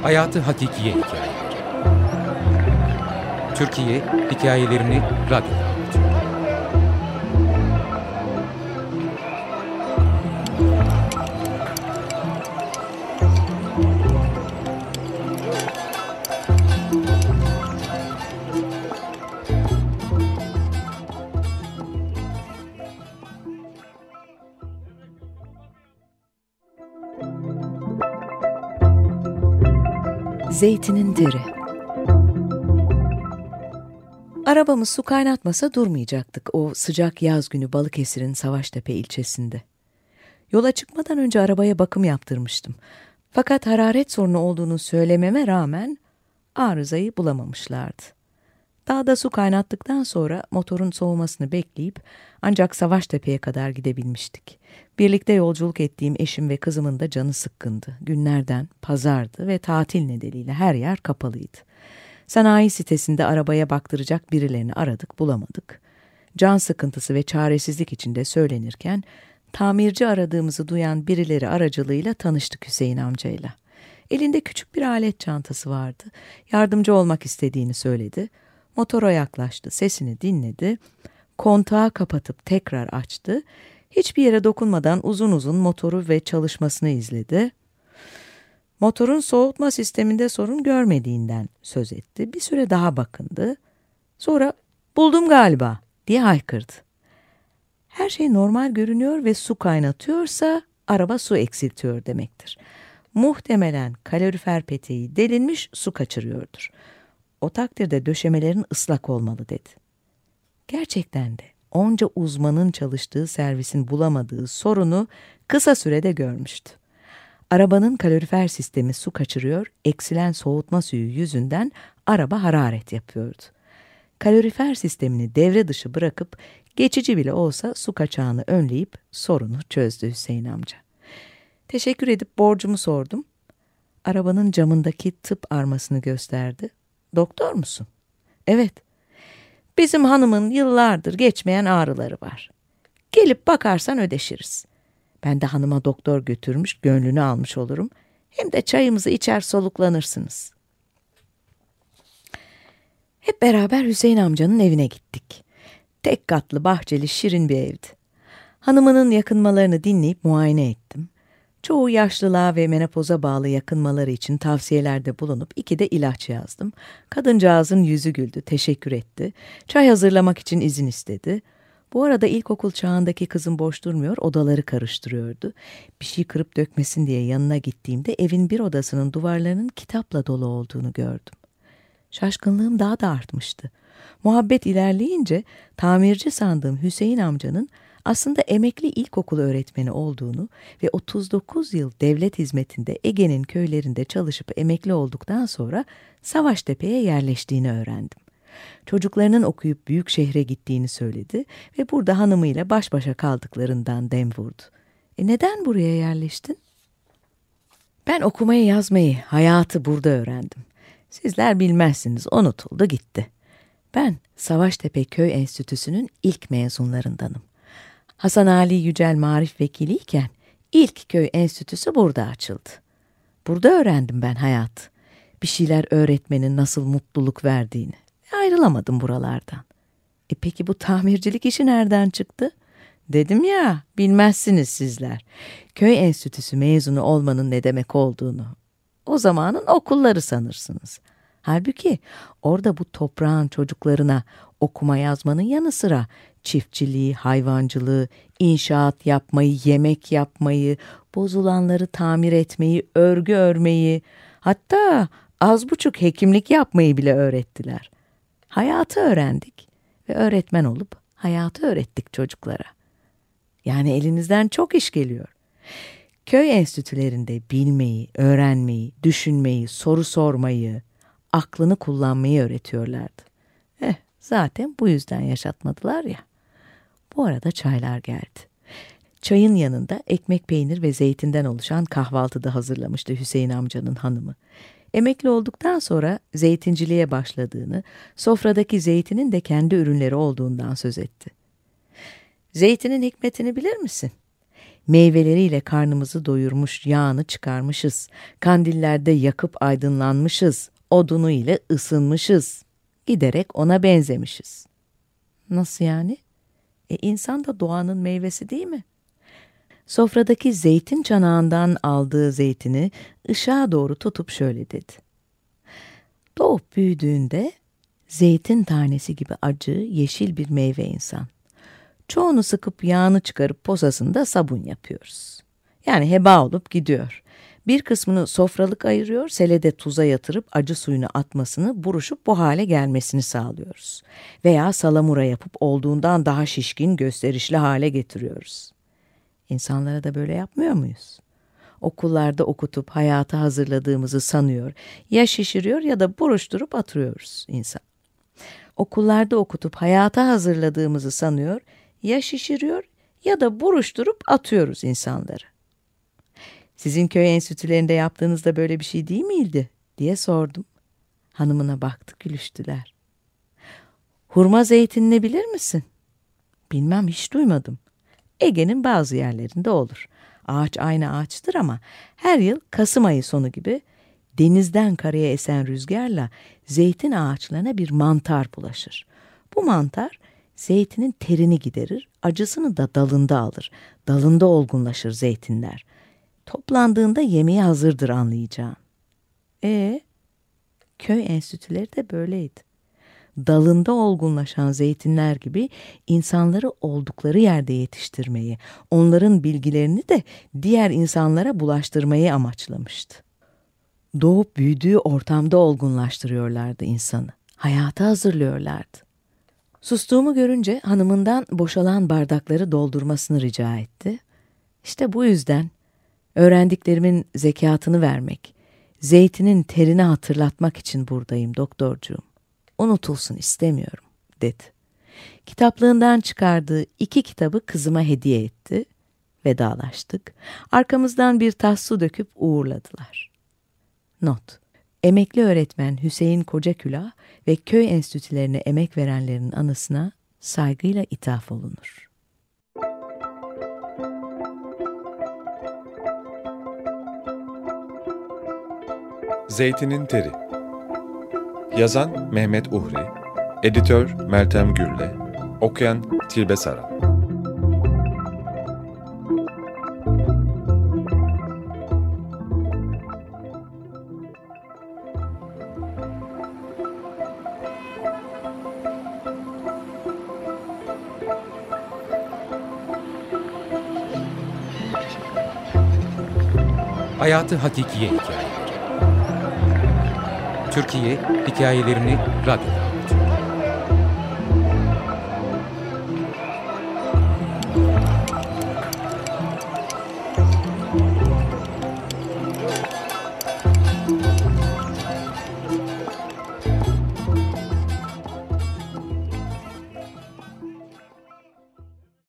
Hayatı Hakikiye Hikayeleri. Türkiye hikayelerini radyoda anlatıyor. Zeytinin Diri. Arabamız su kaynatmasa durmayacaktık o sıcak yaz günü Balıkesir'in Savaştepe ilçesinde. Yola çıkmadan önce arabaya bakım yaptırmıştım. Fakat hararet sorunu olduğunu söylememe rağmen arızayı bulamamışlardı. Dağda su kaynattıktan sonra motorun soğumasını bekleyip ancak Savaştepe'ye kadar gidebilmiştik. Birlikte yolculuk ettiğim eşim ve kızımın da canı sıkkındı. Günlerden pazardı ve tatil nedeniyle her yer kapalıydı. Sanayi sitesinde arabaya baktıracak birilerini aradık, bulamadık. Can sıkıntısı ve çaresizlik içinde söylenirken tamirci aradığımızı duyan birileri aracılığıyla tanıştık Hüseyin amcayla. Elinde küçük bir alet çantası vardı. Yardımcı olmak istediğini söyledi. Motora yaklaştı, sesini dinledi. Kontağı kapatıp tekrar açtı. Hiçbir yere dokunmadan uzun uzun motoru ve çalışmasını izledi. Motorun soğutma sisteminde sorun görmediğinden söz etti. Bir süre daha bakındı. Sonra "Buldum galiba" diye haykırdı. Her şey normal görünüyor ve su kaynatıyorsa araba su eksiltiyor demektir. Muhtemelen kalorifer peteği delinmiş, su kaçırıyordur. O takdirde döşemelerin ıslak olmalı dedi. Gerçekten de onca uzmanın çalıştığı servisin bulamadığı sorunu kısa sürede görmüştü. Arabanın kalorifer sistemi su kaçırıyor, eksilen soğutma suyu yüzünden araba hararet yapıyordu. Kalorifer sistemini devre dışı bırakıp geçici bile olsa su kaçağını önleyip sorunu çözdü Hüseyin amca. Teşekkür edip borcumu sordum. Arabanın camındaki tıp armasını gösterdi. "Doktor musun?" "Evet." "Bizim hanımın yıllardır geçmeyen ağrıları var. Gelip bakarsan ödeşiriz. Ben de hanıma doktor götürmüş, gönlünü almış olurum. Hem de çayımızı içer soluklanırsınız." Hep beraber Hüseyin amcanın evine gittik. Tek katlı, bahçeli, şirin bir evdi. Hanımının yakınmalarını dinleyip muayene ettim. Çoğu yaşlılığa ve menopoza bağlı yakınmaları için tavsiyelerde bulunup 2 de ilaç yazdım. Kadıncağızın yüzü güldü, teşekkür etti. Çay hazırlamak için izin istedi. Bu arada ilkokul çağındaki kızım boş durmuyor, odaları karıştırıyordu. Bir şey kırıp dökmesin diye yanına gittiğimde evin bir odasının duvarlarının kitapla dolu olduğunu gördüm. Şaşkınlığım daha da artmıştı. Muhabbet ilerleyince tamirci sandığım Hüseyin amcanın aslında emekli ilkokul öğretmeni olduğunu ve 39 yıl devlet hizmetinde Ege'nin köylerinde çalışıp emekli olduktan sonra Savaştepe'ye yerleştiğini öğrendim. Çocuklarının okuyup büyük şehre gittiğini söyledi ve burada hanımıyla baş başa kaldıklarından dem vurdu. "Neden buraya yerleştin?" "Ben okumayı yazmayı, hayatı burada öğrendim. Sizler bilmezsiniz, unutuldu gitti. Ben Savaştepe Köy Enstitüsü'nün ilk mezunlarındanım. Hasan Ali Yücel Marif Vekiliyken ilk köy enstitüsü burada açıldı. Burada öğrendim ben hayat. Bir şeyler öğretmenin nasıl mutluluk verdiğini. Ayrılamadım buralardan." Peki bu tamircilik işi nereden çıktı?" "Dedim ya, bilmezsiniz sizler. Köy enstitüsü mezunu olmanın ne demek olduğunu. O zamanın okulları sanırsınız. Halbuki orada bu toprağın çocuklarına okuma yazmanın yanı sıra çiftçiliği, hayvancılığı, inşaat yapmayı, yemek yapmayı, bozulanları tamir etmeyi, örgü örmeyi, hatta az buçuk hekimlik yapmayı bile öğrettiler. Hayatı öğrendik ve öğretmen olup hayatı öğrettik çocuklara. Yani elinizden çok iş geliyor. Köy enstitülerinde bilmeyi, öğrenmeyi, düşünmeyi, soru sormayı, aklını kullanmayı öğretiyorlardı. Zaten bu yüzden yaşatmadılar ya." Bu arada çaylar geldi. Çayın yanında ekmek, peynir ve zeytinden oluşan kahvaltı da hazırlamıştı Hüseyin amcanın hanımı. Emekli olduktan sonra zeytinciliğe başladığını, sofradaki zeytinin de kendi ürünleri olduğundan söz etti. "Zeytinin hikmetini bilir misin? Meyveleriyle karnımızı doyurmuş, yağını çıkarmışız. Kandillerde yakıp aydınlanmışız. Odunu ile ısınmışız. Giderek ona benzemişiz. Nasıl yani? İnsan da doğanın meyvesi değil mi? Sofradaki zeytin çanağından aldığı zeytini ışığa doğru tutup şöyle dedi. Doğup büyüdüğünde zeytin tanesi gibi acı, yeşil bir meyve insan. Çoğunu sıkıp yağını çıkarıp posasında sabun yapıyoruz. Yani heba olup gidiyor. Bir kısmını sofralık ayırıyor, selede tuza yatırıp acı suyunu atmasını, buruşup bu hale gelmesini sağlıyoruz. Veya salamura yapıp olduğundan daha şişkin, gösterişli hale getiriyoruz. İnsanlara da böyle yapmıyor muyuz? Okullarda okutup hayata hazırladığımızı sanıyor, ya şişiriyor ya da buruşturup atıyoruz insan. Okullarda okutup hayata hazırladığımızı sanıyor, ya şişiriyor ya da buruşturup atıyoruz insanları. Sizin köy enstitülerinde yaptığınızda böyle bir şey değil miydi diye sordum. Hanımına baktı, gülüştüler. Hurma zeytinini bilir misin? Bilmem, hiç duymadım. Ege'nin bazı yerlerinde olur. Ağaç aynı ağaçtır ama her yıl Kasım ayı sonu gibi denizden karaya esen rüzgarla zeytin ağaçlarına bir mantar bulaşır. Bu mantar zeytinin terini giderir, acısını da dalında alır. Dalında olgunlaşır zeytinler. Toplandığında yemeğe hazırdır anlayacağın. Köy enstitüleri de böyleydi. Dalında olgunlaşan zeytinler gibi insanları oldukları yerde yetiştirmeyi, onların bilgilerini de diğer insanlara bulaştırmayı amaçlamıştı. Doğup büyüdüğü ortamda olgunlaştırıyorlardı insanı, hayata hazırlıyorlardı. Sustuğumu görünce hanımından boşalan bardakları doldurmasını rica etti. İşte bu yüzden öğrendiklerimin zekatını vermek, zeytinin terini hatırlatmak için buradayım doktorcuğum. Unutulsun istemiyorum, dedi. Kitaplığından çıkardığı 2 kitabı kızıma hediye etti. Vedalaştık. Arkamızdan bir tas su döküp uğurladılar. Not: Emekli öğretmen Hüseyin Kocakülah ve köy enstitülerine emek verenlerin anısına saygıyla ithaf olunur. Zeytinin Teri. Yazan Mehmet Uhri, editör Meltem Gürle, okuyan Tilbe Saran. Hayatı Hakikiye Hikayeleri. Türkiye hikayelerini radyoda.